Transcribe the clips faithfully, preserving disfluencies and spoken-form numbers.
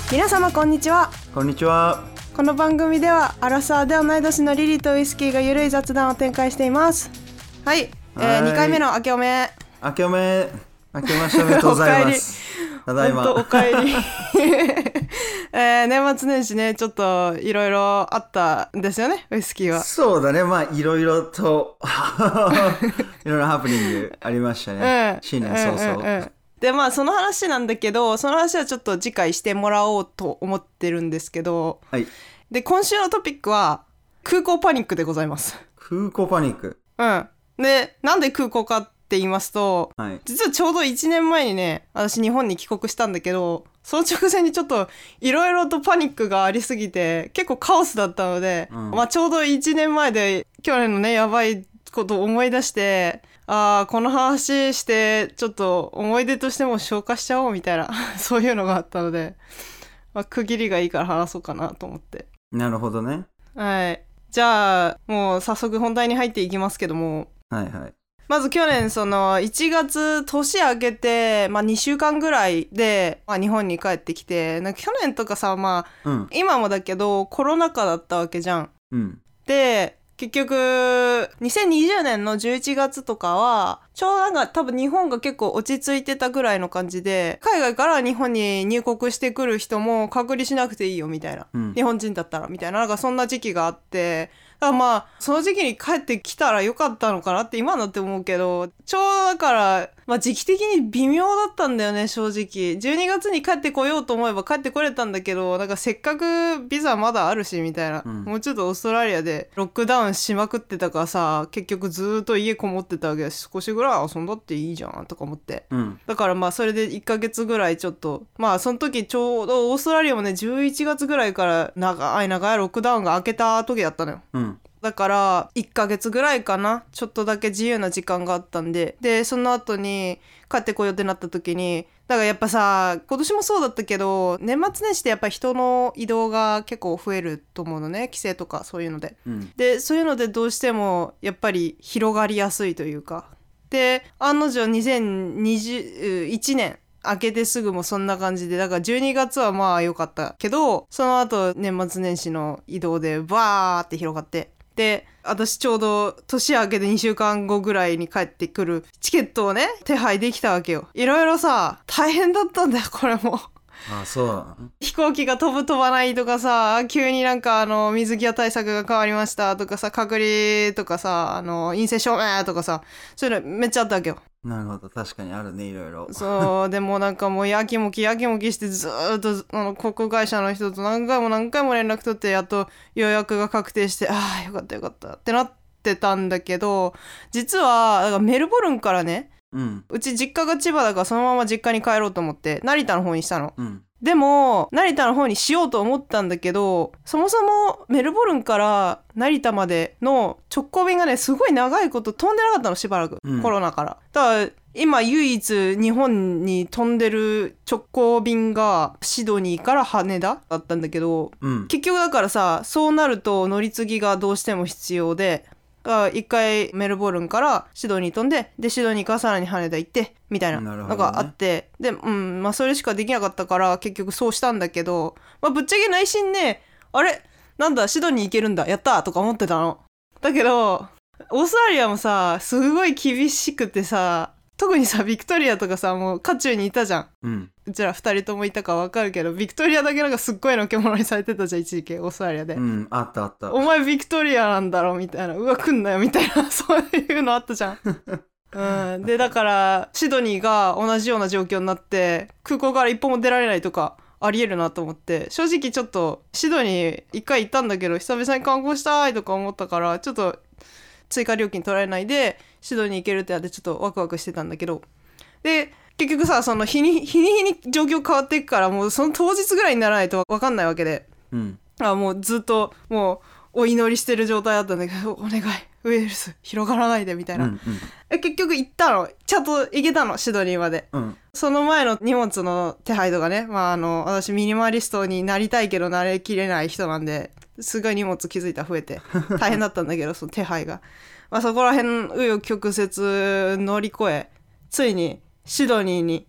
皆様こんにちは。 こんにちは。 この番組ではアラサーで同い年のリリーとウイスキーがゆるい雑談を展開しています。はい、えー、にかいめの明けおめ明けおめ明けましておめでとうございますただいまおかえり、えー、年末年始ねちょっといろいろあったんですよね、ウイスキーは。 そうだね、まあいろいろといろいろハプニングありましたね、うん、新年早々、うんうんうん、 でまあその話なんだけど、その話はちょっと次回してもらおうと思ってるんですけど、 はい、 で今週のトピックは空港パニックでございます。 空港パニック。 うんでなんで空港かって言いますと、 はい、 実はちょうどいちねんまえにね私日本に帰国したんだけど、その直前にちょっといろいろとパニックがありすぎて結構カオスだったので、うん、まあちょうどいちねんまえで去年のねやばいことを思い出して、あーこの話してちょっと思い出としても消化しちゃおうみたいなそういうのがあったので、まあ、区切りがいいから話そうかなと思って。 なるほどね。 はい、じゃあもう早速本題に入っていきますけども、 はいはい、 まず去年そのいちがつ年明けて、まあ、にしゅうかんぐらいで、まあ、日本に帰ってきて、なんか去年とかさ、まあ、うん、今もだけどコロナ禍だったわけじゃん、うん、で結局にせんにじゅうねんのじゅういちがつとかはちょうどなんか多分日本が結構落ち着いてたぐらいの感じで、海外から日本に入国してくる人も隔離しなくていいよみたいな、うん、日本人だったらみたいな、なんかそんな時期があって、だからまあその時期に帰ってきたらよかったのかなって今になって思うけど、ちょうどだからまあ時期的に微妙だったんだよね正直。じゅうにがつに帰ってこようと思えば帰ってこれたんだけど、なんかせっかくビザまだあるしみたいな、うん、もうちょっとオーストラリアでロックダウンしまくってたからさ、結局ずっと家こもってたわけだし、少しぐらい遊んだっていいじゃんとか思って、うん、だからまあそれでいっかげつぐらいちょっとまあその時ちょうどオーストラリアもねじゅういちがつぐらいから長い長いロックダウンが明けた時だったのよ、うん、だからいっかげつぐらいかな、ちょっとだけ自由な時間があったんで、でその後に帰ってこようってなった時に、だからやっぱさ今年もそうだったけど年末年始ってやっぱり人の移動が結構増えると思うのね、帰省とかそういうので、うん、でそういうのでどうしてもやっぱり広がりやすいというか、で案の定にせんにじゅういちねん明けてすぐもそんな感じで、だからじゅうにがつはまあ良かったけど、その後年末年始の移動でバーって広がって、で私ちょうど年明けでにしゅうかんごぐらいに帰ってくるチケットをね手配できたわけよ。いろいろさ大変だったんだよこれも。 ああそうなの。 飛行機が飛ぶ飛ばないとかさ、急になんかあの水際対策が変わりましたとかさ、隔離とかさ、あの陰性証明とかさ、そういうのめっちゃあったわけよ。 なるほど、確かにあるね、いろいろ。 そうでもなんかもうやきもきやきもきしてずーっとあの航空会社の人と何回も何回も連絡取って、やっと予約が確定して、ああよかったよかったってなってたんだけど、実はだからメルボルンからね、うん、うち実家が千葉だからそのまま実家に帰ろうと思って成田の方にしたの、うん、でも成田の方にしようと思ったんだけど、そもそもメルボルンから成田までの直行便がねすごい長いこと飛んでなかったのしばらく、うん、コロナから。だから今唯一日本に飛んでる直行便がシドニーから羽田だったんだけど、うん、結局だからさそうなると乗り継ぎがどうしても必要で、一回メルボルンからシドニー飛んで、でシドニーからさらに羽田行ってみたいなのがあって、ね、でうんまあそれしかできなかったから結局そうしたんだけど、まあ、ぶっちゃけ内心ね、あれなんだシドニー行けるんだやったとか思ってたの。だけどオーストラリアもさすごい厳しくてさ、特にさビクトリアとかさもう渦中にいたじゃん、うん、うちらふたりともいたか分かるけど、ビクトリアだけなんかすっごいのけ者にされてたじゃん一時期オーストラリアで、 うん、あったあった。 お前ビクトリアなんだろみたいな、うわ来んなよみたいなそういうのあったじゃんうん、でだからシドニーが同じような状況になって空港から一歩も出られないとかありえるなと思って、正直ちょっとシドニー一回行ったんだけど久々に観光したいとか思ったから、ちょっと追加料金取られないでシドニー行けるってあってちょっとワクワクしてたんだけど、で結局さその日に日に日に状況変わっていくから、もうその当日ぐらいにならないと分かんないわけで、うん、あもうずっともうお祈りしてる状態だったんだけど、お願いウイルス広がらないでみたいな、うんうん、え結局行ったの、ちゃんと行けたのシドニーまで、うん、その前の荷物の手配とかね、まああの私ミニマリストになりたいけどなれきれない人なんですごい荷物気づいたら増えて大変だったんだけどその手配が、まあ、そこら辺紆余曲折乗り越えついにシドニーに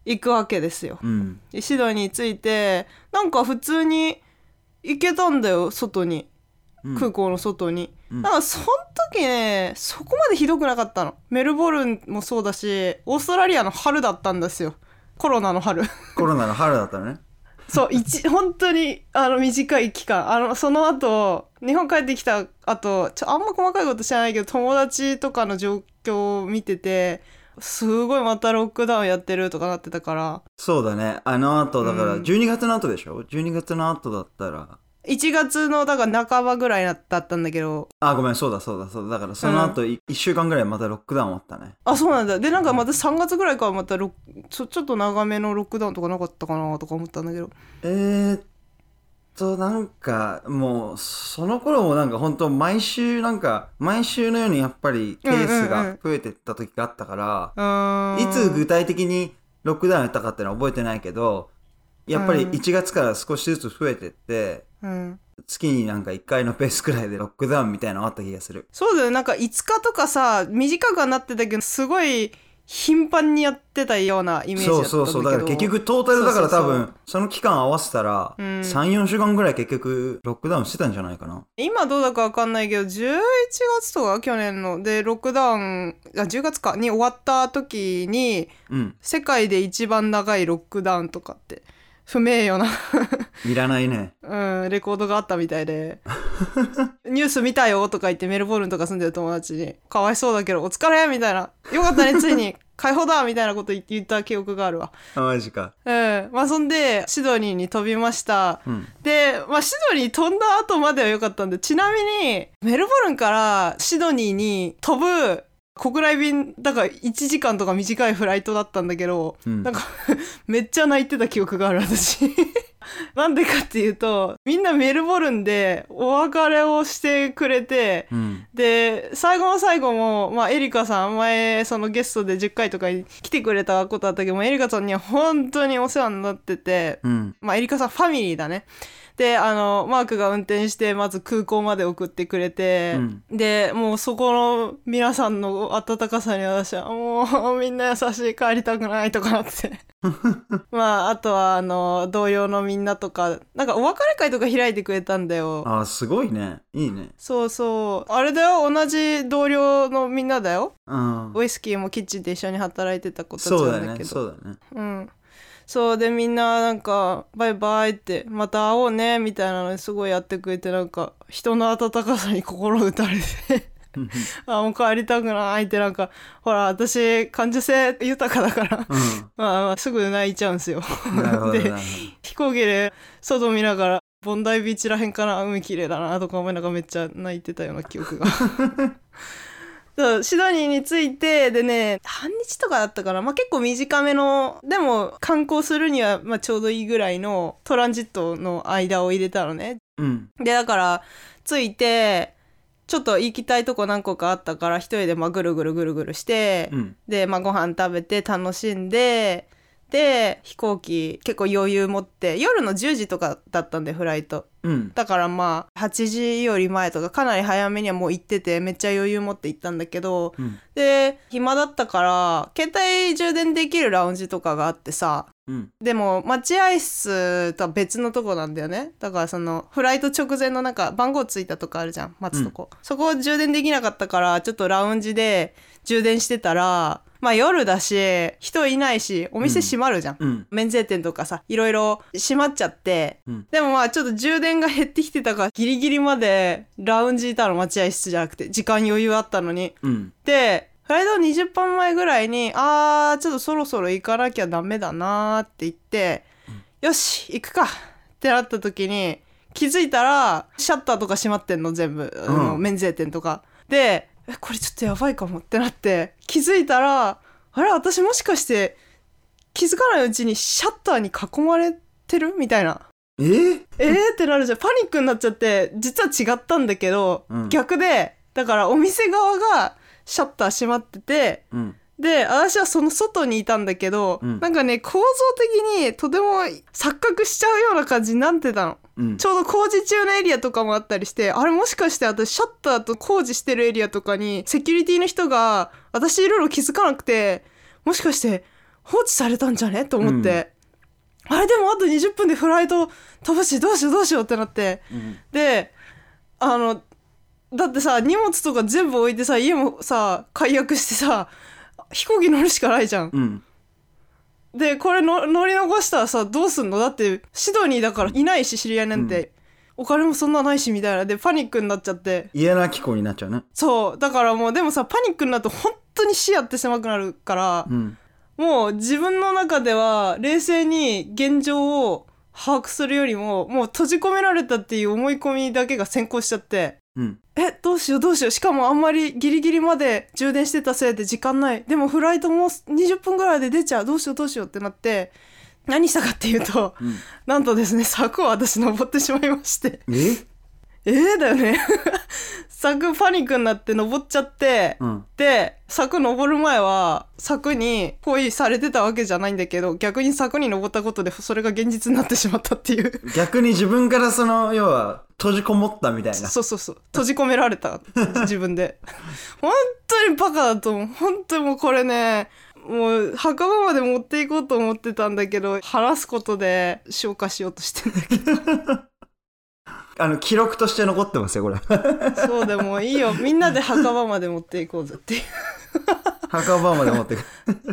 行くわけですよ、 うん、 シドニー着いてなんか普通に行けたんだよ外に、うん、空港の外に、うん、だからその時ねそこまでひどくなかったの。メルボルンもそうだしオーストラリアの春だったんですよ。コロナの春コロナの春だったのねそう一本当にあの短い期間あのその後日本帰ってきた後ちょあんま細かいこと知らないけど友達とかの状況を見ててすごいまたロックダウンやってるとかなってたから。 そうだねあの後だからじゅうにがつの後でしょ、うん、じゅうにがつの後だったらいちがつのだから半ばぐらいだったんだけど。 あごめんそうだそうだそうだだからその後、うん、いっしゅうかんぐらいまたロックダウンあったね。 あそうなんだ。でなんかまたさんがつぐらいからまたロちょ、ちょっと長めのロックダウンとかなかったかなとか思ったんだけどえーっとなんかもうその頃もなんか本当毎週なんか毎週のようにやっぱりケースが増えてった時があったから、うんうんうん、いつ具体的にロックダウンやったかってのは覚えてないけどやっぱりいちがつから少しずつ増えてって、うん、月になんかいっかいのペースくらいでロックダウンみたいなのあった気がする。 そうだよなんかいつかとかさ短くはなってたけどすごい頻繁にやってたようなイメージだったんだけど。そうそうそうだから結局トータルだから多分 そ, うそうそうその期間合わせたら、うん、さんよんしゅうかんぐらい結局ロックダウンしてたんじゃないかな。 今どうだか分かんないけどじゅういちがつとか去年のでロックダウンあじゅうがつかに終わった時に、うん、世界で一番長いロックダウンとかって不名誉ないらないねうんレコードがあったみたいでニュース見たよとか言ってメルボルンとか住んでる友達にかわいそうだけどお疲れみたいなよかったねついに解放だみたいなこと言った記憶があるわ。 マジか。 うんまあそんでシドニーに飛びました、うん、で、まあ、シドニー飛んだ後までは良かったんでちなみにメルボルンからシドニーに飛ぶ国内便だからいちじかんとか短いフライトだったんだけど、うん、なんかめっちゃ泣いてた記憶がある私なんでかっていうとみんなメルボルンでお別れをしてくれて、うん、で最後の最後も、まあ、エリカさん前そのゲストでじゅっかいとかに来てくれたことあったけどもエリカさんには本当にお世話になってて、うんまあ、エリカさんファミリーだね。であのマークが運転してまず空港まで送ってくれて、うん、でもうそこの皆さんの温かさに私はもうみんな優しい帰りたくないとかなってまああとはあの同僚のみんなとかなんかお別れ会とか開いてくれたんだよ。 あすごいねいいね。 そうそうあれだよ同じ同僚のみんなだよ、うん、ウイスキーもキッチンで一緒に働いてた子たちなんだけどそうだねそうだねうんそうでみんななんかバイバイってまた会おうねみたいなのすごいやってくれてなんか人の温かさに心打たれてあもう帰りたくないってなんかほら私感受性豊かだから、うんまあ、まあすぐ泣いちゃうんですよで飛行機で外見ながらボンダイビーチらへんかな海綺麗だなとか思いながらめっちゃ泣いてたような記憶がそうシドニーに着いてでね半日とかだったから、まあ、結構短めのでも観光するにはまあちょうどいいぐらいのトランジットの間を入れたのね、うん、でだから着いてちょっと行きたいとこ何個かあったから一人でまあぐるぐるぐるぐるして、うん、で、まあ、ご飯食べて楽しんでで飛行機結構余裕持って夜のじゅうじとかだったんでフライト、うん、だからまあはちじより前とかかなり早めにはもう行っててめっちゃ余裕持って行ったんだけど、うん、で暇だったから携帯充電できるラウンジとかがあってさ、うん、でも待合室とは別のとこなんだよね。だからそのフライト直前のなんか番号ついたとこあるじゃん待つとこ、うん、そこ充電できなかったからちょっとラウンジで充電してたらまあ夜だし人いないしお店閉まるじゃん、うん、免税店とかさいろいろ閉まっちゃって、うん、でもまあちょっと充電が減ってきてたからギリギリまでラウンジいたの待合室じゃなくて時間余裕あったのに、うん、でフライトにじゅっぷんまえぐらいにあーちょっとそろそろ行かなきゃダメだなーって言って、うん、よし行くかってなった時に気づいたらシャッターとか閉まってんの全部、うん、あの免税店とかでえこれちょっとやばいかもってなって気づいたらあれ私もしかして気づかないうちにシャッターに囲まれてるみたいなえー、 えーってなるじゃん。パニックになっちゃって実は違ったんだけど、うん、逆でだからお店側がシャッター閉まってて、うん、で私はその外にいたんだけど、うん、なんかね構造的にとても錯覚しちゃうような感じになってたの、うん、ちょうど工事中のエリアとかもあったりしてあれもしかして私シャッターと工事してるエリアとかにセキュリティの人が私いろいろ気づかなくてもしかして放置されたんじゃねと思って、うん、あれでもあとにじゅっぷんでフライト飛ぶしどうしようどうしようってなって、うん、であのだってさ荷物とか全部置いてさ家もさ解約してさ飛行機乗るしかないじゃん、うん、でこれの乗り逃したらさどうすんの？だってシドニーだからいないし知り合いなんて、うん、お金もそんなないしみたいなでパニックになっちゃって嫌な気候になっちゃうね。 そうだからもうでもさパニックになると本当に視野って狭くなるから、うん、もう自分の中では冷静に現状を把握するよりももう閉じ込められたっていう思い込みだけが先行しちゃって、うん、えどうしようどうしようしかもあんまりギリギリまで充電してたせいで時間ないでもフライトもうにじゅっぷんぐらいで出ちゃうどうしようどうしようってなって何したかっていうと、うん、なんとですね柵を私登ってしまいましてええー、だよね柵パニックになって登っちゃって、うん、で柵登る前は柵にポイされてたわけじゃないんだけど逆に柵に登ったことでそれが現実になってしまったっていう逆に自分からその要は閉じこもったみたいなそうそうそう閉じ込められた自分で本当にバカだと思う本当にもうこれねもう墓場まで持っていこうと思ってたんだけど晴らすことで消化しようとしてんだけどあの記録として残ってますよこれそうでもいいよみんなで墓場まで持っていこうぜっていう墓場まで持っていく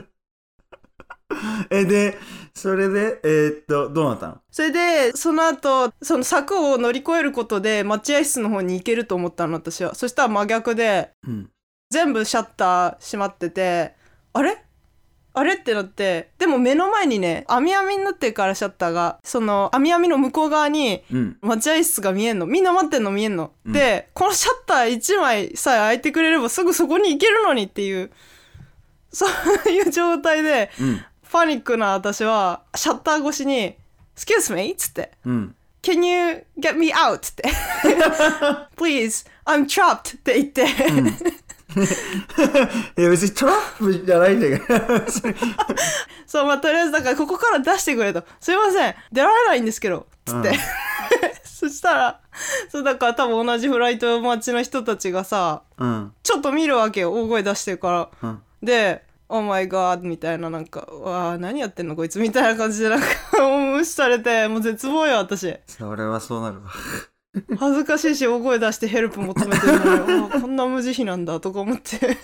えでそれでえー、っとどうなったの？ それでその後その柵を乗り越えることで待合室の方に行けると思ったの私は。そしたら真逆で、うん、全部シャッター閉まっててあれあれってなってでも目の前にね網網になってるからシャッターがその網網の向こう側に待合室が見えんのみんな待ってんの見えんの、うん、でこのシャッターいちまいさえ開いてくれればすぐそこに行けるのにっていうそういう状態で、うん、パニックな私はシャッター越しに Excuse me っつって、うん、Can you get me out? ってPlease I'm trapped って言って、うんいや別にトラップじゃないんだけどそうまあとりあえずだからここから出してくれとすいません出られないんですけどつって、うん、そしたらそうだから多分同じフライト待ちの人たちがさ、うん、ちょっと見るわけよ大声出してるから、うん、でOh my god みたいななんかわあ何やってんのこいつみたいな感じでなんか無視されてもう絶望よ私。 それはそうなるわ恥ずかしいし大声出してヘルプ求めてるのにこんな無慈悲なんだとか思って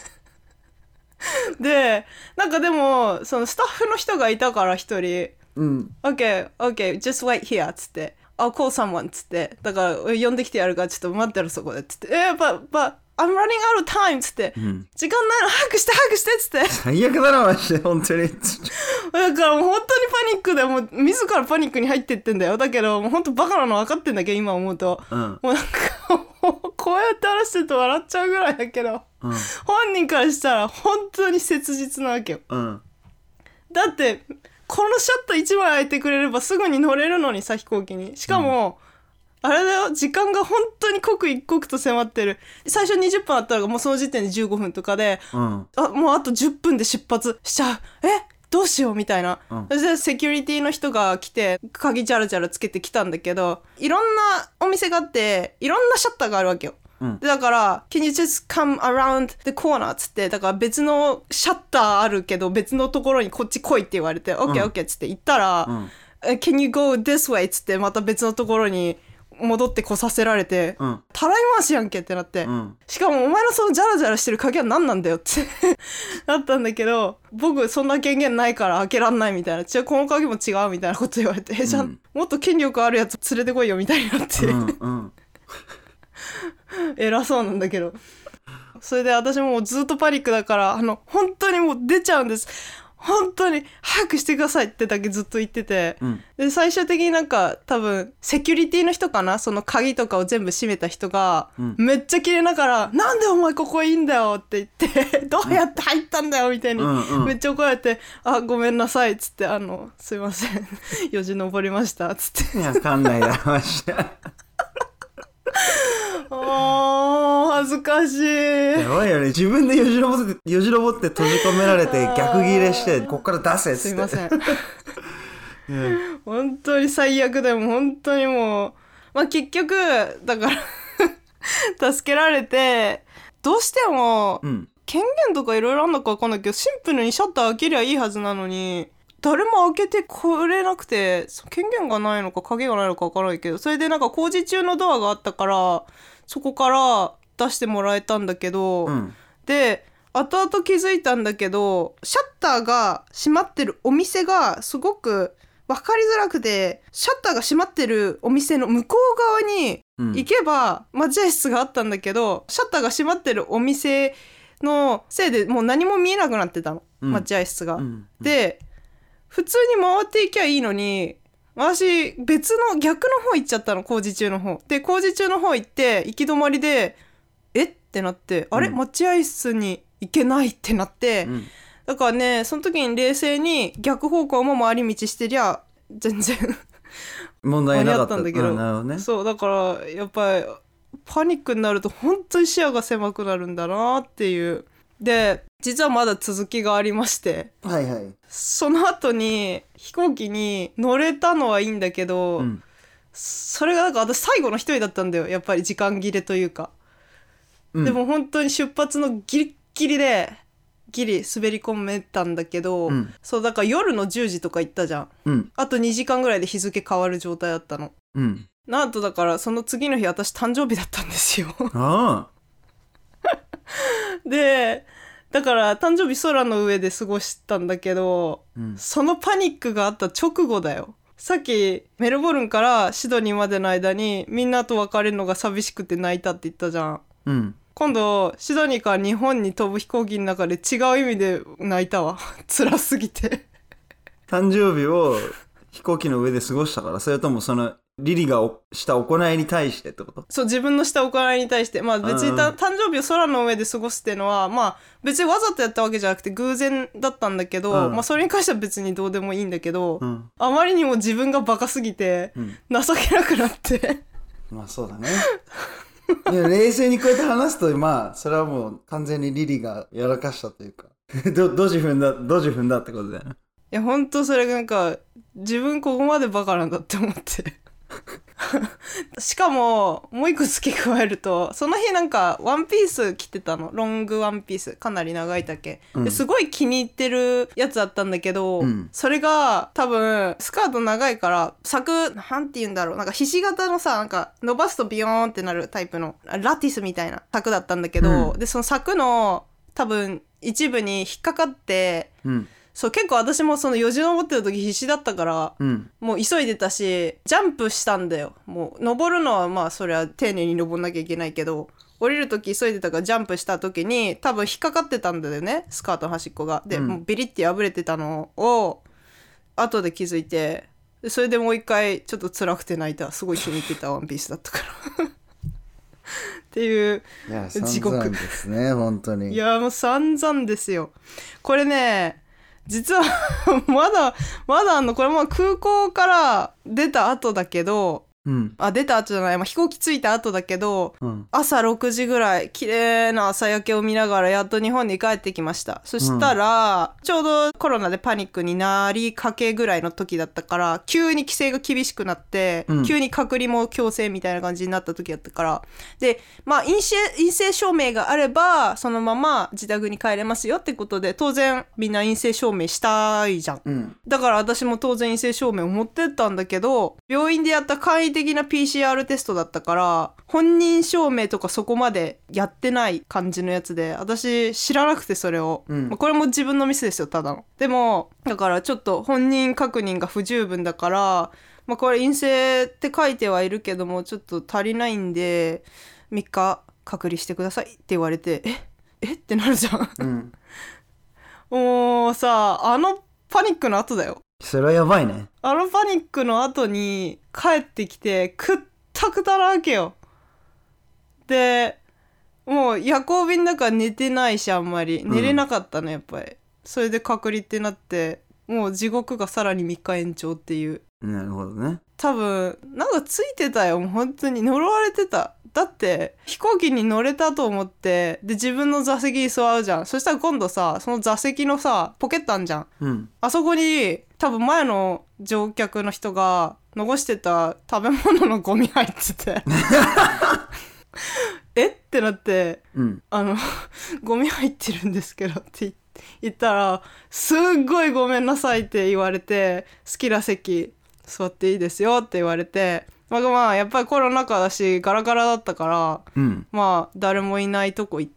でなんかでもそのスタッフの人がいたから一人、うん、OK OK just wait here っつって I'll call someone っつってだから呼んできてやるからちょっと待ってるそこでっつってえー、but but I'm running out of time っつって、うん、時間ないの早くして早くしてっつって最悪だなマジで本当にだからもう本当にパニックでもう自らパニックに入ってってんだよだけどもう本当バカなの分かってんだけど今思うと、うん、もうなんかこうやって話してると笑っちゃうぐらいだけど、うん、本人からしたら本当に切実なわけよ、うん、だってこのシャッターいちまい開いてくれればすぐに乗れるのにさ飛行機にしかも、うんあれだよ時間が本当に刻一刻と迫ってる最初にじゅっぷんあったらもうその時点でじゅうごふんとかで、うん、あもうあとじゅっぷんで出発しちゃうえどうしようみたいな、うん、そしてセキュリティの人が来て鍵ジャラジャラつけてきたんだけどいろんなお店があっていろんなシャッターがあるわけよ、うん、だから「Can you just come around the corner」っつってだから別のシャッターあるけど別のところにこっち来いって言われて「オッケーオッケー」っつって行ったら「うん、Can you go this way」っつってまた別のところに戻ってこさせられて、うん、たらい回しやんけってなって、うん、しかもお前のそのジャラジャラしてる鍵は何なんだよってなったんだけど僕そんな権限ないから開けらんないみたいな違うこの鍵も違うみたいなこと言われて、うん、じゃあもっと権力あるやつ連れてこいよみたいになって、うんうん、偉そうなんだけどそれで私もずっとパニックだからあの本当にもう出ちゃうんです本当に早くしてくださいってだけずっと言ってて、うん、で最終的になんか多分セキュリティの人かなその鍵とかを全部閉めた人が、うん、めっちゃキレながらなんでお前ここいいんだよって言ってどうやって入ったんだよみたいに、うんうん、めっちゃ怒られてあごめんなさいっつってあのすいませんよじ登りましたっつっていやわかんないだろマジであー恥ずかしいやばいよね自分でよじ登ってよじ登って閉じ込められて逆ギレしてこっから出せっつってすいません、うん、本当に最悪でも本当にもうまあ結局だから助けられてどうしても権限とかいろいろあんのか分かんないけど、シンプルにシャッター開けりゃいいはずなのに誰も開けてこれなくて、権限がないのか鍵がないのか分からないけど、それでなんか工事中のドアがあったからそこから出してもらえたんだけど、うん、で後々気づいたんだけど、シャッターが閉まってるお店がすごく分かりづらくて、シャッターが閉まってるお店の向こう側に行けば待合室があったんだけど、うん、シャッターが閉まってるお店のせいでもう何も見えなくなってたの、うん、待合室が、うん、で普通に回っていきゃいいのに、私別の逆の方行っちゃったの、工事中の方で。工事中の方行って行き止まりでえってなって、あれ、うん、待合室に行けないってなって、うん、だからねその時に冷静に逆方向も回り道してりゃ全然問題なかったんだけど、うん、なるほどね。そうだからやっぱりパニックになると本当に視野が狭くなるんだなっていう。で実はまだ続きがありまして、 はいはい、 その後に飛行機に乗れたのはいいんだけど、うん、それがなんか私最後の一人だったんだよ、やっぱり時間切れというか、うん、でも本当に出発のギリッギリでギリ滑り込めたんだけど、うん、そうだから夜のじゅうじとか行ったじゃん、うん、あとにじかんぐらいで日付変わる状態だったの、うん、なんとだからその次の日私誕生日だったんですよあでだから誕生日空の上で過ごしたんだけど、うん、そのパニックがあった直後だよ。さっきメルボルンからシドニーまでの間にみんなと別れるのが寂しくて泣いたって言ったじゃん、うん、今度シドニーから日本に飛ぶ飛行機の中で違う意味で泣いたわ辛すぎて誕生日を飛行機の上で過ごしたから、それともそのリリがした行いに対してってこと？ そう、自分のした行いに対して、まあ別に誕生日を空の上で過ごすっていうのはまあ別にわざとやったわけじゃなくて偶然だったんだけど、うん、まあそれに関しては別にどうでもいいんだけど、うん、あまりにも自分がバカすぎて情けなくなって、 うん、まあそうだねいや冷静にこうやって話すとまあそれはもう完全にリリがやらかしたというかどドジ踏んだドジ踏んだってことだよね。 いやほんとそれなんか自分ここまでバカなんだって思ってしかももう一個付け加えると、その日なんかワンピース着てたの、ロングワンピース、かなり長い丈、うん、ですごい気に入ってるやつだったんだけど、うん、それが多分スカート長いから柵なんて言うんだろう、なんかひし形のさ、なんか伸ばすとビヨーンってなるタイプのラティスみたいな柵だったんだけど、うん、でその柵の多分一部に引っかかって、うんそう結構私もそのよじ登ってる時必死だったから、うん、もう急いでたしジャンプしたんだよ。もう登るのはまあそれは丁寧に登んなきゃいけないけど、降りる時急いでたからジャンプした時に多分引っかかってたんだよね、スカートの端っこが。で、うん、もうビリッて破れてたのを後で気づいて、でそれでもう一回ちょっと辛くて泣いた。すごい気に入ってたワンピースだったからっていう地獄。いや散々 ですね本当に。 いやもう散々ですよこれね。実はまだまだあんのこれも空港から出た後だけど、うん、あ出た後じゃない、まあ、飛行機着いた後だけど、うん、朝ろくじぐらい綺麗な朝焼けを見ながらやっと日本に帰ってきました。そしたら、うん、ちょうどコロナでパニックになりかけぐらいの時だったから、急に規制が厳しくなって、うん、急に隔離も強制みたいな感じになった時だったから、でまあ陰性、陰性証明があればそのまま自宅に帰れますよってことで、当然みんな陰性証明したいじゃん、うん、だから私も当然陰性証明を持ってったんだけど、病院でやった簡易的な ピーシーアール テストだったから本人証明とかそこまでやってない感じのやつで、私知らなくてそれを、うんまあ、これも自分のミスですよただの。でもだからちょっと本人確認が不十分だから、まあ、これ陰性って書いてはいるけどもちょっと足りないんでみっか隔離してくださいって言われて、ええってなるじゃん、うん、もうさあのパニックの後だよ。 それはやばいね。 あのパニックの後に帰ってきてくったくたなわけよ。でもう夜行便だから寝てないしあんまり寝れなかったのやっぱり、うん、それで隔離ってなってもう地獄がさらにみっか延長っていう。 なるほどね。 多分なんかついてたよ、もう本当に呪われてた。だって飛行機に乗れたと思ってで自分の座席に座るじゃん。そしたら今度さその座席のさポケットあんじゃん、うん、あそこに多分前の乗客の人が残してた食べ物のゴミ入っててえってなって、 うん、 あのゴミ入ってるんですけどって言ったら、すっごいごめんなさいって言われて、好きな席座っていいですよって言われて、まあまあやっぱりコロナ禍だしガラガラだったから、 うん、 まあ誰もいないとこ行って、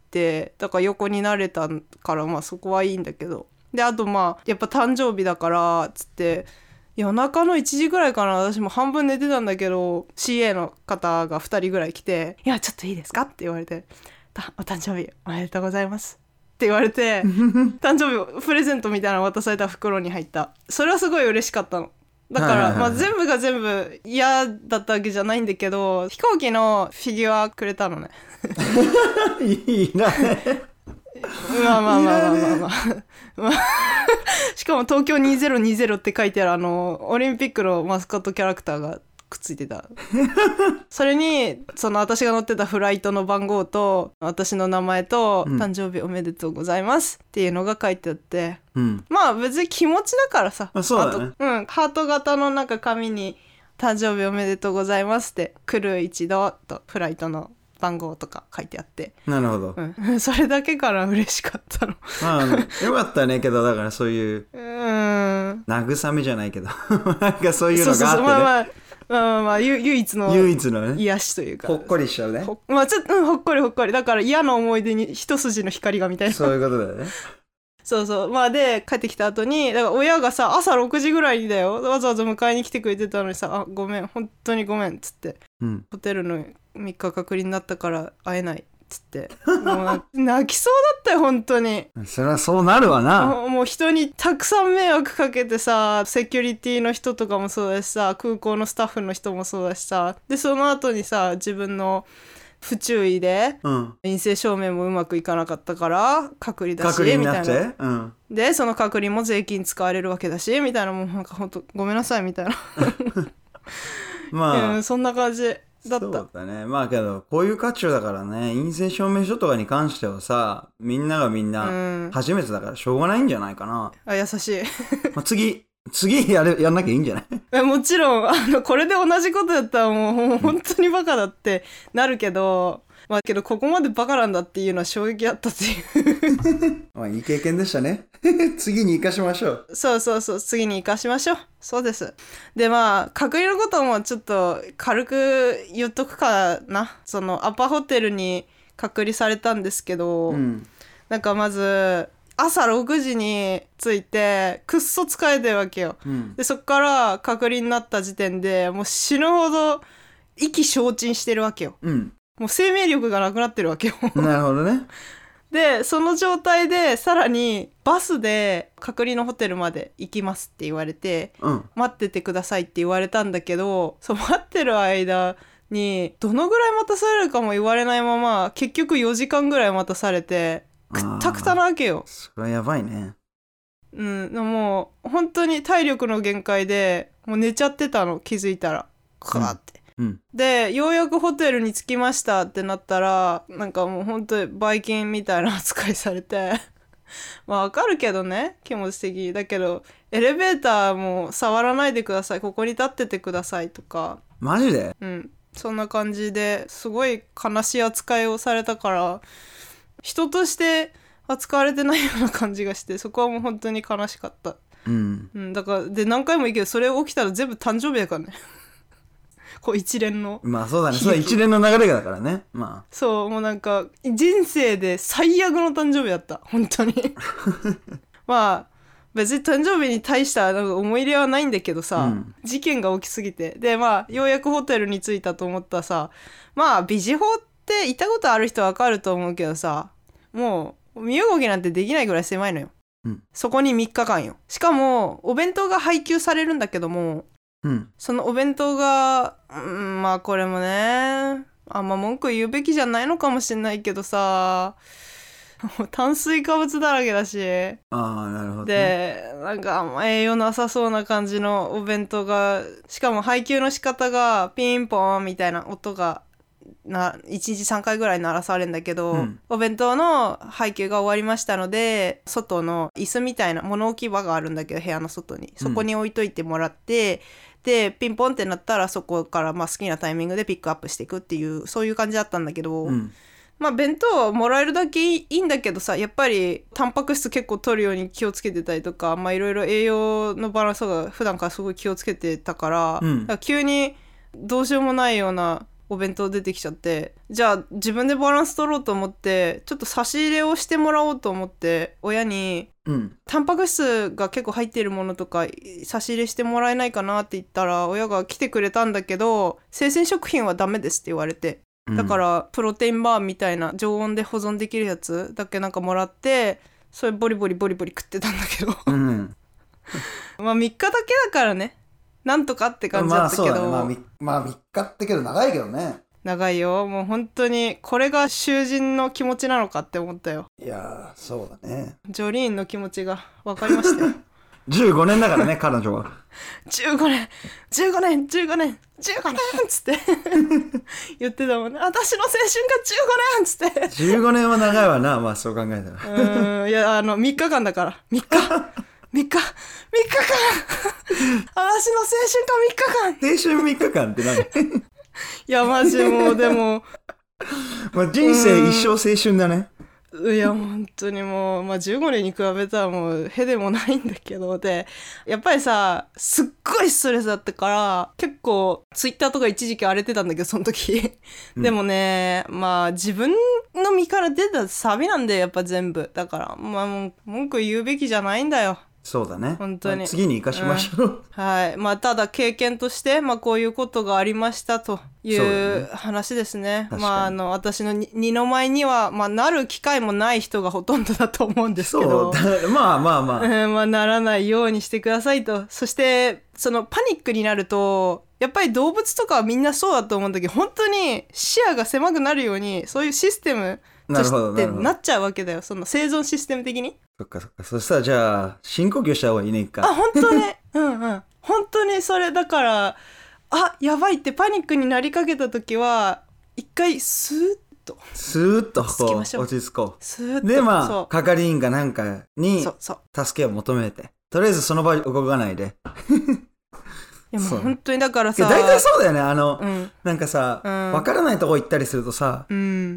だから横になれたからまあそこはいいんだけど、であとまあやっぱ誕生日だからつって夜中のいちじぐらいかな、私も半分寝てたんだけど シーエー の方がふたりぐらい来て、いやちょっといいですかって言われて、お誕生日おめでとうございますって言われて誕生日プレゼントみたいなの渡された袋に入った。それはすごい嬉しかったの。だから、まあ、全部が全部嫌だったわけじゃないんだけど、飛行機のフィギュアくれたのねいいなねまあまあまあまあまあまあ、まあ、しかも東京にせんにじゅうって書いてあるあのオリンピックのマスコットキャラクターがくっついてたそれにその私が乗ってたフライトの番号と私の名前と、うん、誕生日おめでとうございますっていうのが書いてあって、うん、まあ別に気持ちだからさ、 あ、そうだね、 あと、うん、ハート型のなんか紙に誕生日おめでとうございますって来る一度とフライトの番号とか書いてあって、 なるほど、 うん、それだけから嬉しかったのまあよかったね。けどだからそういううーん慰めじゃないけどなんかそういうのがあってね、そうそうそう、 まあまあまあまあまあ、唯一の唯一のね癒しというか、 ほっこりしちゃうね。 ほまあちょっと、うん、ほっこりほっこりだから嫌な思い出に一筋の光がみたいなそういうことだよねそうそう、まあで帰ってきた後にだから親がさ朝ろくじぐらいにだよわざわざ迎えに来てくれてたのにさ、あごめん本当にごめんっつって、うん、ホテルのみっか隔離になったから会えないっつってもう泣きそうだったよ本当に。 そりゃそうなるわな。 もう、もう人にたくさん迷惑かけてさ、セキュリティの人とかもそうだしさ、空港のスタッフの人もそうだしさ、でその後にさ自分の不注意で、うん、陰性証明もうまくいかなかったから隔離だし隔離になっみたいな、 うん、 でその隔離も税金使われるわけだしみたいな、もうなんかほんとごめんなさいみたいなまあ、うん、そんな感じだった。 そうだね。まあけどこういう価値だからね、陰性証明書とかに関してはさ、みんながみんな初めてだからしょうがないんじゃないかな、 うん、あ優しいまあ次次やるやんなきゃいいんじゃないえもちろんあのこれで同じことやったらもう、もう本当にバカだってなるけど、まあけどここまでバカなんだっていうのは衝撃あったっていうまあいい経験でしたね次に生かしましょう。 そうそうそう、次に生かしましょう。そうです。でまあ隔離のこともちょっと軽く言っとくかな。そのアパホテルに隔離されたんですけど、うん、なんかまず朝ろくじに着いてくっそ疲れてるわけよ、うん、でそっから隔離になった時点でもう死ぬほど意気消沈してるわけよ、うん、もう生命力がなくなってるわけよなるほどね。 でその状態でさらにバスで隔離のホテルまで行きますって言われて、うん、待っててくださいって言われたんだけど、そう待ってる間にどのぐらい待たされるかも言われないまま結局よじかんぐらい待たされてくったくたなわけよ。 それはやばいね。 うん、もう本当に体力の限界でもう寝ちゃってたの、気づいたらカーって、うんうん、でようやくホテルに着きましたってなったらなんかもう本当にバイキンみたいな扱いされてまあわかるけどね気持ち的だけど、エレベーターも触らないでください、ここに立っててくださいとか。 マジで？ うん、そんな感じですごい悲しい扱いをされたから人として扱われてないような感じがして、そこはもう本当に悲しかった、うんうん、だからで何回も言うけどそれ起きたら全部誕生日やからねこう一連のまあそうだね、それ一連の流れだからね。まあそうもうなんか人生で最悪の誕生日だった本当にまあ別に誕生日に対したなんか思い入れはないんだけどさ、うん、事件が起きすぎて、でまあようやくホテルに着いたと思ったらさ、まあビジホって行ったことある人は分かると思うけどさ、もう身動きなんてできないぐらい狭いのよ、うん、そこにみっかかんよ。しかもお弁当が配給されるんだけども、うん、そのお弁当が、うん、まあこれもねあんま文句言うべきじゃないのかもしれないけどさ炭水化物だらけだし、 あーなるほど、ね、 でなんかあんま栄養なさそうな感じのお弁当が、しかも配給の仕方がピンポーンみたいな音がないちにちさんかいぐらい鳴らされるんだけど、 うん、 お弁当の配給が終わりましたので外の椅子みたいな物置き場があるんだけど部屋の外にそこに置いといてもらって、うん、でピンポンってなったらそこからまあ好きなタイミングでピックアップしていくっていうそういう感じだったんだけど、うん、まあ弁当もらえるだけいいんだけどさやっぱりタンパク質結構取るように気をつけてたりとかまあいろいろ栄養のバランスが普段からすごい気をつけてたから、うん、だから急にどうしようもないようなお弁当出てきちゃってじゃあ自分でバランス取ろうと思ってちょっと差し入れをしてもらおうと思って親に、うん、タンパク質が結構入っているものとか差し入れしてもらえないかなって言ったら親が来てくれたんだけど生鮮食品はダメですって言われてだからプロテインバーみたいな常温で保存できるやつだけなんかもらってそれボリボリボリボリ食ってたんだけど、うん、まあみっかだけだからねなんとかって感じだったけど、まあそうだね、 まあ、まあみっかってけど長いけどね長いよもう本当にこれが囚人の気持ちなのかって思ったよいやーそうだねジョリーンの気持ちが分かりましたよじゅうごねんだからね彼女はじゅうごねんじゅうごねんじゅうごねんじゅうごねんっつって言ってたもんね私の青春がじゅうごねんっつってじゅうごねんは長いわなまあそう考えたらうんいやあのみっかかんだからみっかみっか、みっかかん私の青春がみっかかん青春みっかかんって何いやマジもうでもまあ人生一生青春だねいや本当にもう、まあ、じゅうごねんに比べたらもうへでもないんだけどでやっぱりさすっごいストレスだったから結構ツイッターとか一時期荒れてたんだけどその時でもね、うん、まあ自分の身から出たサビなんだよやっぱ全部だからまあもう文句言うべきじゃないんだよそうだね本当に、 まあ、次に生かしましょう、うん、 はいまあただ経験として、まあ、こういうことがありましたという話ですねまああの私の二の舞には、まあ、なる機会もない人がほとんどだと思うんですけどそうまあまあまあ、 えー、まあならないようにしてくださいとそしてそのパニックになるとやっぱり動物とかはみんなそうだと思うんだけど本当に視野が狭くなるようにそういうシステムとしてなっちゃうわけだよその生存システム的にそっかそっかそしたらじゃあ深呼吸した方がいいね一回あ本当ねうんうん本当にそれだからあやばいってパニックになりかけた時は一回スーッとスーッとこう落ち着こうスーッとでまあ係員かなんかに助けを求めてとりあえずその場動かないでいやもう本当にだからさ大体そうだよねあの、うん、なんかさ、うん、分からないとこ行ったりするとさ、うん、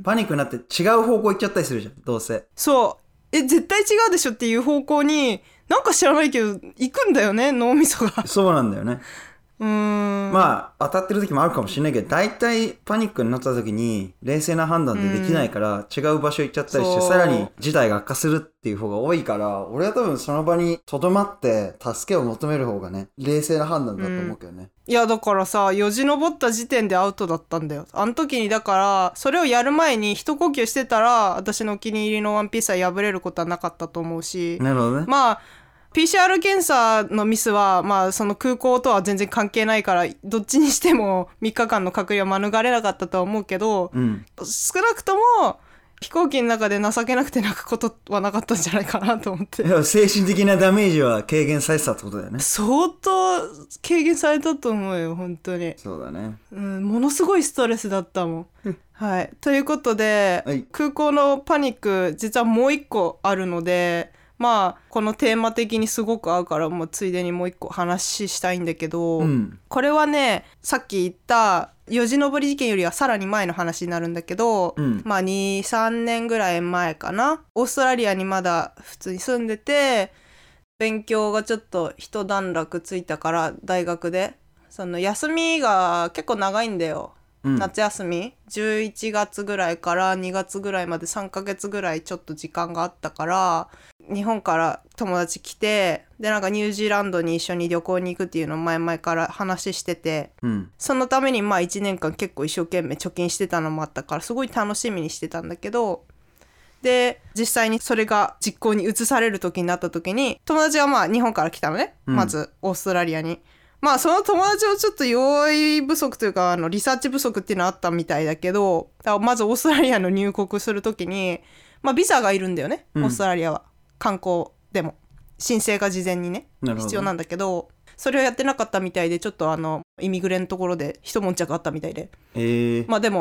パニックになって違う方向行っちゃったりするじゃんどうせそうえ絶対違うでしょっていう方向になんか知らないけど行くんだよね脳みそがそうなんだよねうーんまあ当たってる時もあるかもしれないけど大体パニックになった時に冷静な判断でできないから違う場所行っちゃったりしてさらに事態が悪化するっていう方が多いから俺は多分その場にとどまって助けを求める方がね冷静な判断だと思うけどね、 うん、いやだからさよじ登った時点でアウトだったんだよあの時にだからそれをやる前に一呼吸してたら私のお気に入りのワンピースは破れることはなかったと思うしなるほどねまあピーシーアール 検査のミスは、まあ、その空港とは全然関係ないからどっちにしてもみっかかんの隔離は免れなかったとは思うけど、うん、少なくとも飛行機の中で情けなくて泣くことはなかったんじゃないかなと思って精神的なダメージは軽減されてたってことだよね相当軽減されたと思うよ本当にそうだね、 うん、ものすごいストレスだったもんはいということで、はい、空港のパニック実はもう一個あるのでまあこのテーマ的にすごく合うからもうついでにもう一個話したいんだけど、うん、これはねさっき言ったよじ登り事件よりはさらに前の話になるんだけど、うん、まあにさんねんぐらい前かなオーストラリアにまだ普通に住んでて勉強がちょっと一段落ついたから大学でその休みが結構長いんだよ、うん、夏休みじゅういちがつぐらいからにがつぐらいまでさんかげつぐらいちょっと時間があったから日本から友達来てでなんかニュージーランドに一緒に旅行に行くっていうのを前々から話してて、うん、そのためにまあいちねんかん結構一生懸命貯金してたのもあったからすごい楽しみにしてたんだけどで実際にそれが実行に移される時になった時に友達がまあ日本から来たのね、うん、まずオーストラリアにまあその友達をちょっと用意不足というかあのリサーチ不足っていうのはあったみたいだけどだからまずオーストラリアの入国する時にまあビザがいるんだよね、うん、オーストラリアは観光でも申請が事前にね必要なんだけどそれをやってなかったみたいでちょっとあのイミグレのところで一悶着あったみたいで、 えー、 まあでも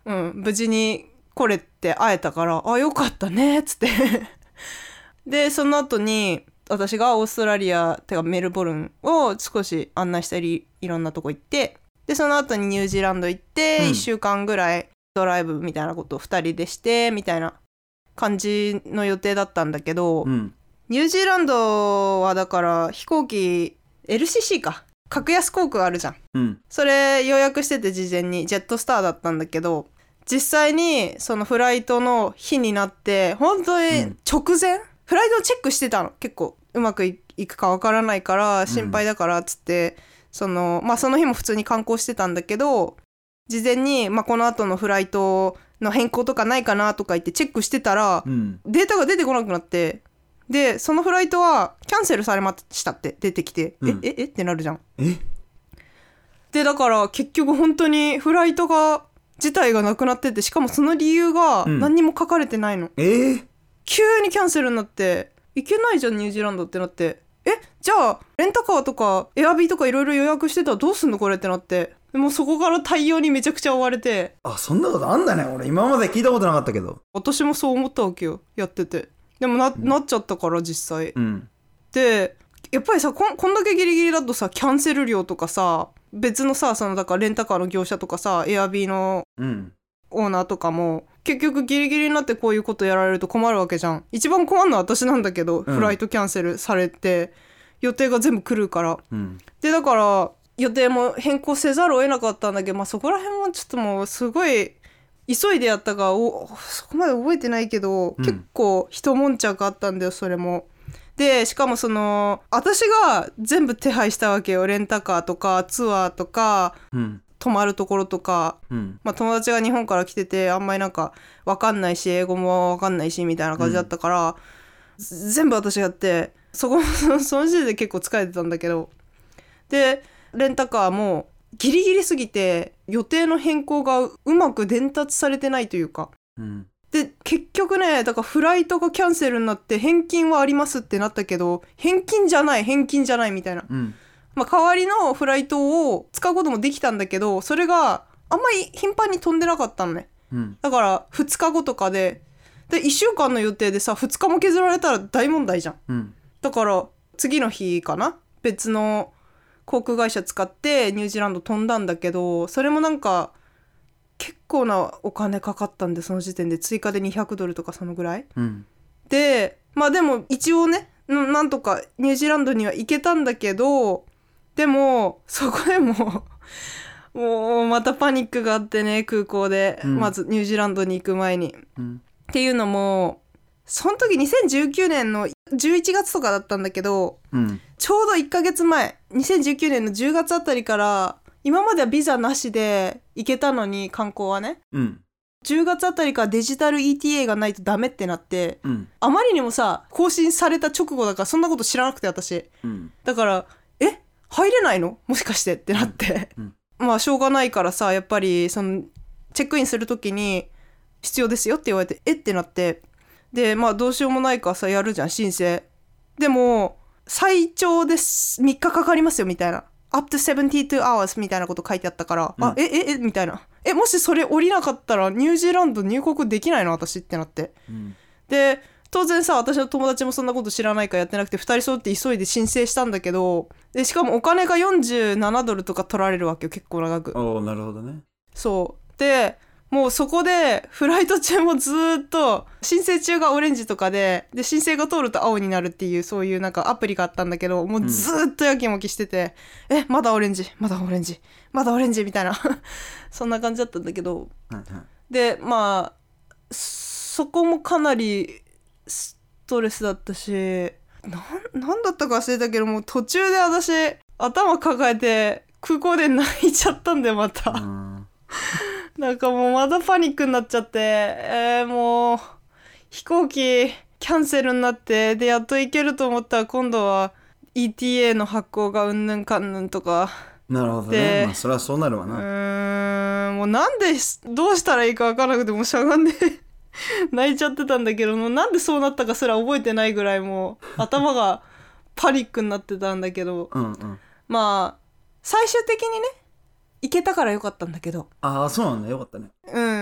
うん、無事に来れて会えたから、あ、よかったねっつってでその後に私がオーストラリアてかメルボルンを少し案内したりいろんなとこ行って、でその後にニュージーランド行って、うん、いっしゅうかんぐらいドライブみたいなことをふたりでしてみたいな感じの予定だったんだけど、うん、ニュージーランドはだから飛行機 エルシーシー か格安航空あるじゃん、うん、それ予約してて事前にジェットスターだったんだけど、実際にそのフライトの日になって本当に直前、うん、フライトをチェックしてたの。結構うまくいくかわからないから心配だからっつって、うん、そのまあその日も普通に観光してたんだけど、事前に、まあ、この後のフライトの変更とかないかなとか言ってチェックしてたら、うん、データが出てこなくなって、でそのフライトはキャンセルされましたって出てきて、うん、えええってなるじゃん。 えでだから結局本当にフライトが自体がなくなってて、しかもその理由が何にも書かれてないの、うん、 えー、 急にキャンセルになって行けないじゃんニュージーランドってなって、えじゃあレンタカーとかエアビーとかいろいろ予約してたらどうすんのこれってなって、もうそこから対応にめちゃくちゃ追われて。 あ、そんなことあんだね。俺今まで聞いたことなかったけど。 私もそう思ったわけよやってて。でも な,、うん、なっちゃったから実際、うん、でやっぱりさ こ, こんだけギリギリだとさキャンセル料とかさ別のさそのだからレンタカーの業者とかさエアビーのオーナーとかも、うん、結局ギリギリになってこういうことやられると困るわけじゃん。一番困るのは私なんだけど、うん、フライトキャンセルされて予定が全部狂うから、うん、でだから予定も変更せざるを得なかったんだけど、まあ、そこら辺もちょっともうすごい急いでやったかおそこまで覚えてないけど、うん、結構一悶着あったんだよそれも。でしかもその私が全部手配したわけよ。レンタカーとかツアーとか、うん、泊まるところとか、うんまあ、友達が日本から来ててあんまりなんか分かんないし英語も分かんないしみたいな感じだったから、うん、全部私やってそこもその時点で結構疲れてたんだけど、でレンタカーもギリギリすぎて予定の変更がうまく伝達されてないというか、うん、で結局ねだからフライトがキャンセルになって返金はありますってなったけど返金じゃない返金じゃないみたいな、うんまあ、代わりのフライトを使うこともできたんだけどそれがあんまり頻繁に飛んでなかったのね、うん、だからふつかごとかででいっしゅうかんの予定でさふつかも削られたら大問題じゃん、うん、だから次の日かな別の航空会社使ってニュージーランド飛んだんだけどそれもなんか結構なお金かかったんでその時点で追加でにひゃくドルとかそのぐらい、うん、でまあでも一応ねなんとかニュージーランドには行けたんだけどでもそこでももうまたパニックがあってね空港で、うん、まずニュージーランドに行く前に、うん、っていうのもその時にせんじゅうきゅうねんのじゅういちがつとかだったんだけど、うん、ちょうどいっかげつまえにせんじゅうきゅうねんのじゅうがつあたりから今まではビザなしで行けたのに観光はね、うん、じゅうがつあたりからデジタル イーティーエー がないとダメってなって、うん、あまりにもさ更新された直後だからそんなこと知らなくて私、うん、だからえ入れないのもしかしてってなって、うんうん、まあしょうがないからさやっぱりそのチェックインする時に必要ですよって言われてえってなってでまあどうしようもないからさやるじゃん申請でも最長ですみっかかかりますよみたいな up to ななじゅうに hours みたいなこと書いてあったから、うん、あえええみたいなえもしそれ降りなかったらニュージーランド入国できないの私ってなって、うん、で当然さ私の友達もそんなこと知らないからやってなくてふたり揃って急いで申請したんだけどでしかもお金がよんじゅうななドルとか取られるわけよ結構長く。 おーなるほどね。 そうでもうそこでフライト中もずっと申請中がオレンジとかでで申請が通ると青になるっていうそういうなんかアプリがあったんだけどもうずっとやきもきしてて、うん、えまだオレンジまだオレンジまだオレンジみたいなそんな感じだったんだけど、はいはい、でまあそこもかなりストレスだったし な, なんだったか忘れたけどもう途中で私頭抱えて空港で泣いちゃったんだよまた、うんなんかもうまだパニックになっちゃって、えー、もう飛行機キャンセルになってでやっと行けると思ったら今度は イーティーエー の発行がうんぬんかんぬんとか。 なるほどね。まあそれはそうなるわな。 うーんもうなんでどうしたらいいか分からなくてもうしゃがんで泣いちゃってたんだけどもうなんでそうなったかすら覚えてないぐらいもう頭がパニックになってたんだけどうん、うん、まあ最終的にね行けたからよかったんだけど。 ああそうなんだよかったね。 うん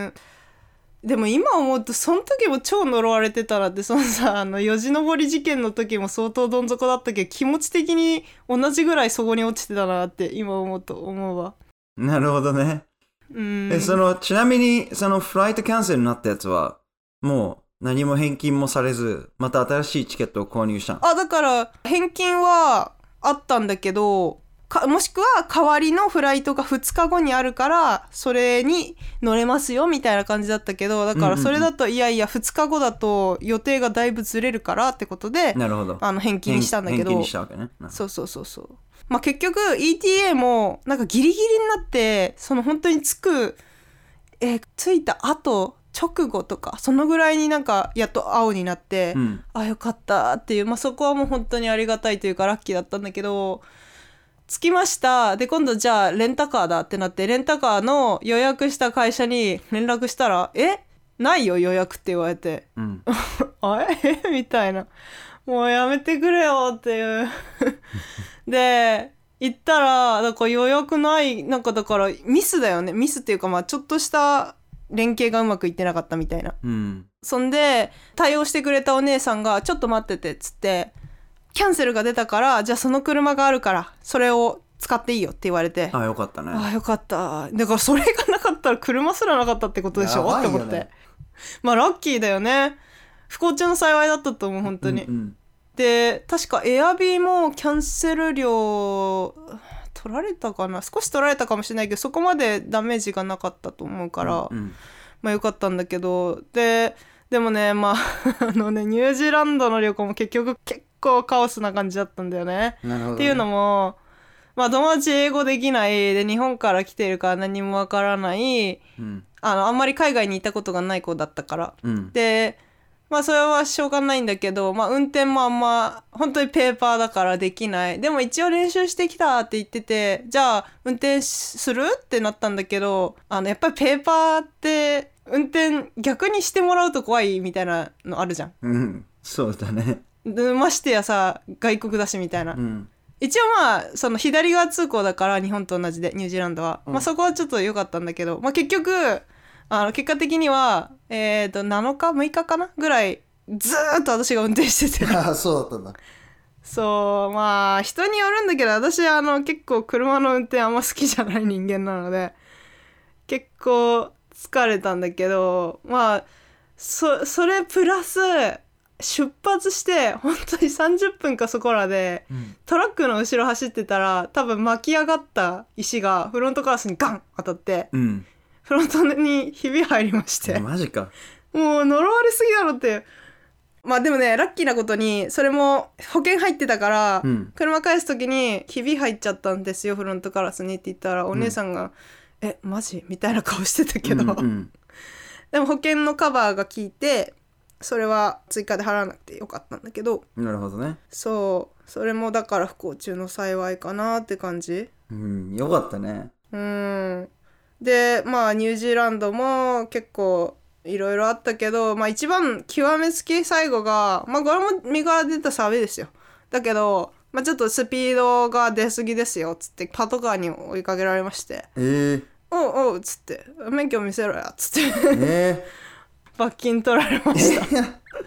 んでも今思うとその時も超呪われてたらって、そのさあのよじ登り事件の時も相当どん底だったけど気持ち的に同じぐらいそこに落ちてたなって今思うと思うわ。 なるほどね。 うんえそのちなみにそのフライトキャンセルになったやつはもう何も返金もされずまた新しいチケットを購入したの？ あだから返金はあったんだけどかもしくは代わりのフライトがふつかごにあるからそれに乗れますよみたいな感じだったけど、だからそれだといやいやふつかごだと予定がだいぶずれるからってことで、 なるほど、 あの返金にしたんだけど、 返金にしたわけね。 そうそうそうそう。まあ結局 イーティーエー もなんかギリギリになってその本当に着くえー、着いた後直後とかそのぐらいになんかやっと青になって、 うん、 あよかったっていう、まあそこはもう本当にありがたいというかラッキーだったんだけど、着きました。で今度じゃあレンタカーだってなってレンタカーの予約した会社に連絡したらえないよ予約って言われて、 うん、 あえみたいな、もうやめてくれよっていうで行ったらだから予約ないなんかだからミスだよね、ミスっていうかまあちょっとした連携がうまくいってなかったみたいな、 うん、 そんで対応してくれたお姉さんがちょっと待っててっつってキャンセルが出たからじゃあその車があるからそれを使っていいよって言われて、 あよかったね。 あよかった。だからそれがなかったら車すらなかったってことでしょって思って、まあラッキーだよね、不幸中の幸いだったと思う本当に、うんうん、で確かエアビーもキャンセル料取られたかな、少し取られたかもしれないけどそこまでダメージがなかったと思うから、うんうん、まあよかったんだけど、ででもねまああのねニュージーランドの旅行も結局結構カオスな感じだったんだよね。 なるほどね。 っていうのもまあ友達英語できないで日本から来てるから何もわからない、うん、あのあんまり海外に行ったことがない子だったから、うん、でまあそれはしょうがないんだけど、まあ運転もあんま本当にペーパーだからできない。でも一応練習してきたって言ってて、じゃあ運転するってなったんだけど、あのやっぱりペーパーって運転逆にしてもらうと怖いみたいなのあるじゃん。 うん、そうだね。 でましてやさ外国だしみたいな。うん、一応まあその左側通行だから日本と同じでニュージーランドは、うん、まあそこはちょっと良かったんだけど、まあ結局あの結果的にはえーとなのかむいかかなぐらいずーっと私が運転しててあそうだったんだ。 そうまあ人によるんだけど私あの結構車の運転あんま好きじゃない人間なので結構疲れたんだけど、まあそそれプラス出発して本当にさんじゅっぷんかそこらで、うん、トラックの後ろ走ってたら多分巻き上がった石がフロントガラスにガン当たって、うん、フロントにひび入りまして、 マジか、 もう呪われすぎだろって。まあでもねラッキーなことにそれも保険入ってたから、うん、車返す時にひび入っちゃったんですよフロントガラスにって言ったらお姉さんが、うん、えマジみたいな顔してたけど、うんうん、でも保険のカバーが効いてそれは追加で払わなくてよかったんだけど。 なるほどね。 そうそれもだから不幸中の幸いかなって感じ。 うんよかったね。 うんでまあニュージーランドも結構いろいろあったけど、まあ一番極めつき最後がまあこれも身から出たサビですよ。だけどまあちょっとスピードが出過ぎですよっつってパトカーに追いかけられまして、 えー、 おうおうっつって免許見せろやっつって、 えー罰金取られました。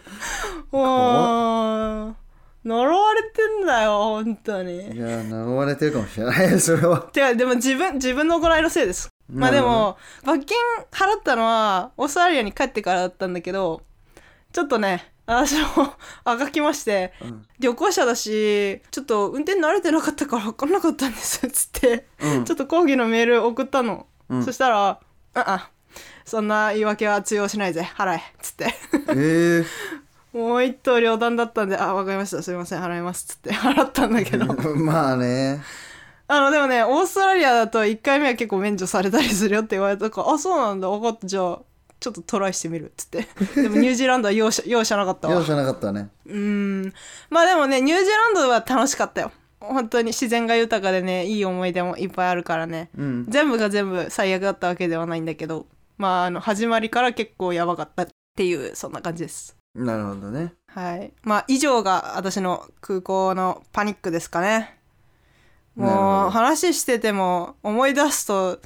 もう呪われてんだよ本当に。 いや呪われてるかもしれないそれは。 てかでも自分自分の行いのせいです。まあでも罰金払ったのはオーストラリアに帰ってからだったんだけど、ちょっとね私もあがきまして、うん、旅行者だしちょっと運転慣れてなかったから分かんなかったんですっつって、うん、ちょっと抗議のメール送ったの、うん、そしたらああそんな言い訳は通用しないぜ払えっつってえー、 もう一刀両断だったんであ分かりましたすいません払いますっつって払ったんだけどまあねあのでもねオーストラリアだといっかいめは結構免除されたりするよって言われたからあそうなんだ分かったじゃあちょっとトライしてみるっつってでもニュージーランドは容赦、容赦なかったわ。 容赦なかったね。 うんまあでもねニュージーランドは楽しかったよ本当に。自然が豊かでねいい思い出もいっぱいあるからね、うん、全部が全部最悪だったわけではないんだけどまああの始まりから結構やばかったっていうそんな感じです。 なるほどね。 はいまあ以上が私の空港のパニックですかね。もう話してても思い出すと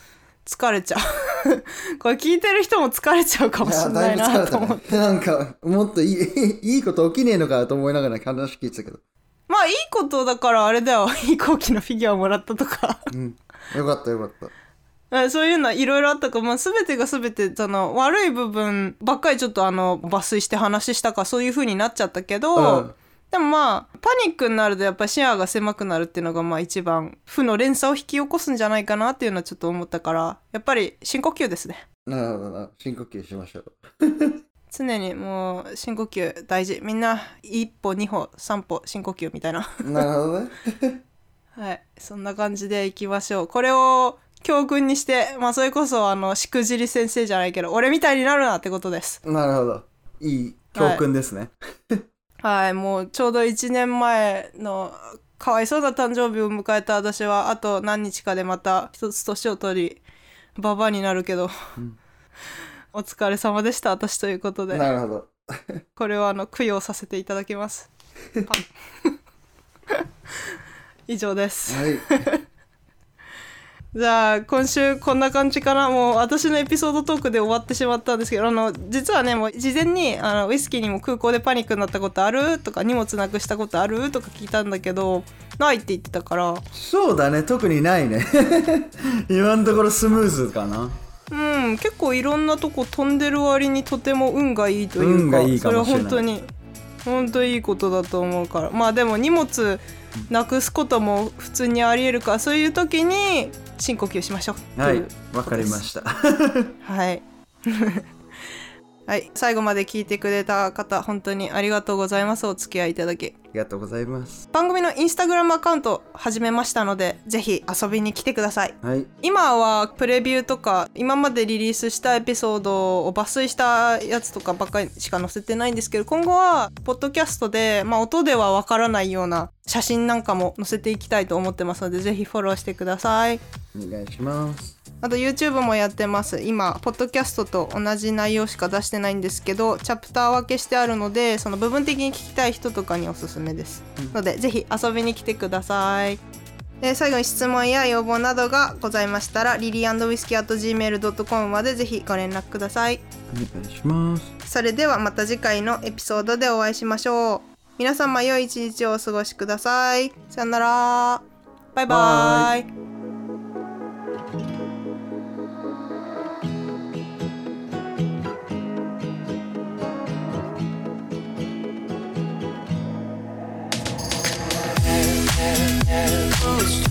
疲れちゃうこれ聞いてる人も疲れちゃうかもしれないなと思って、 ね、なんかもっといいいいこと起きねえのかと思いながら話聞いてたけど、 まあいいことだからあれだよ飛行機のフィギュアをもらったとかうん、よかったよかったそういうのはいろいろあったから、まあ、全てが全てその悪い部分ばっかりちょっとあの抜粋して話したからそういう風になっちゃったけど、うん、でもまあパニックになるとやっぱり視野が狭くなるっていうのがまあ一番負の連鎖を引き起こすんじゃないかなっていうのはちょっと思ったから、やっぱり深呼吸ですね。 なるほどな、深呼吸しましょう常にもう深呼吸大事。みんな一歩二歩三歩深呼吸みたいななるほどねはい、そんな感じでいきましょう。これを教訓にして、まあそれこそあのしくじり先生じゃないけど俺みたいになるなってことです。 なるほど、いい教訓ですねはい、はい、もうちょうどいちねんまえのかわいそうな誕生日を迎えた私はあと何日かでまた一つ年を取りババアになるけど、うん、お疲れ様でした私ということで。 なるほどこれはあの供養させていただきます以上です、はいじゃあ今週こんな感じかな。もう私のエピソードトークで終わってしまったんですけど、あの実はねもう事前にあのウイスキーにも空港でパニックになったことあるとか荷物なくしたことあるとか聞いたんだけどないって言ってたから。 そうだね、特にないね今のところスムーズかな。 うん結構いろんなとこ飛んでる割にとても運がいいというか、 運がいいかもしれない。 それは本当に本当にいいことだと思うから、まあでも荷物なくすことも普通にありえるから、そういう時に深呼吸しましょう。 はい、わかりましたはいはい、最後まで聞いてくれた方本当にありがとうございます。お付き合いいただきありがとうございます。 番組のインスタグラムアカウント始めましたのでぜひ遊びに来てください、 はい、 今はプレビューとか今までリリースしたエピソードを抜粋したやつとかばっかりしか載せてないんですけど、今後はポッドキャストで、まあ、音ではわからないような写真なんかも載せていきたいと思ってますのでぜひフォローしてください。 お願いします。 あと YouTube もやってます。今ポッドキャストと同じ内容しか出してないんですけどチャプター分けしてあるのでその部分的に聞きたい人とかにおすすめです、うん、のでぜひ遊びに来てください。で最後に質問や要望などがございましたらリリー&ウイスキー アット ジーメール ドットコム までぜひご連絡ください。 お願いします。 それではまた次回のエピソードでお会いしましょう。皆様良い一日をお過ごしください。さよなら。バイバイ。It's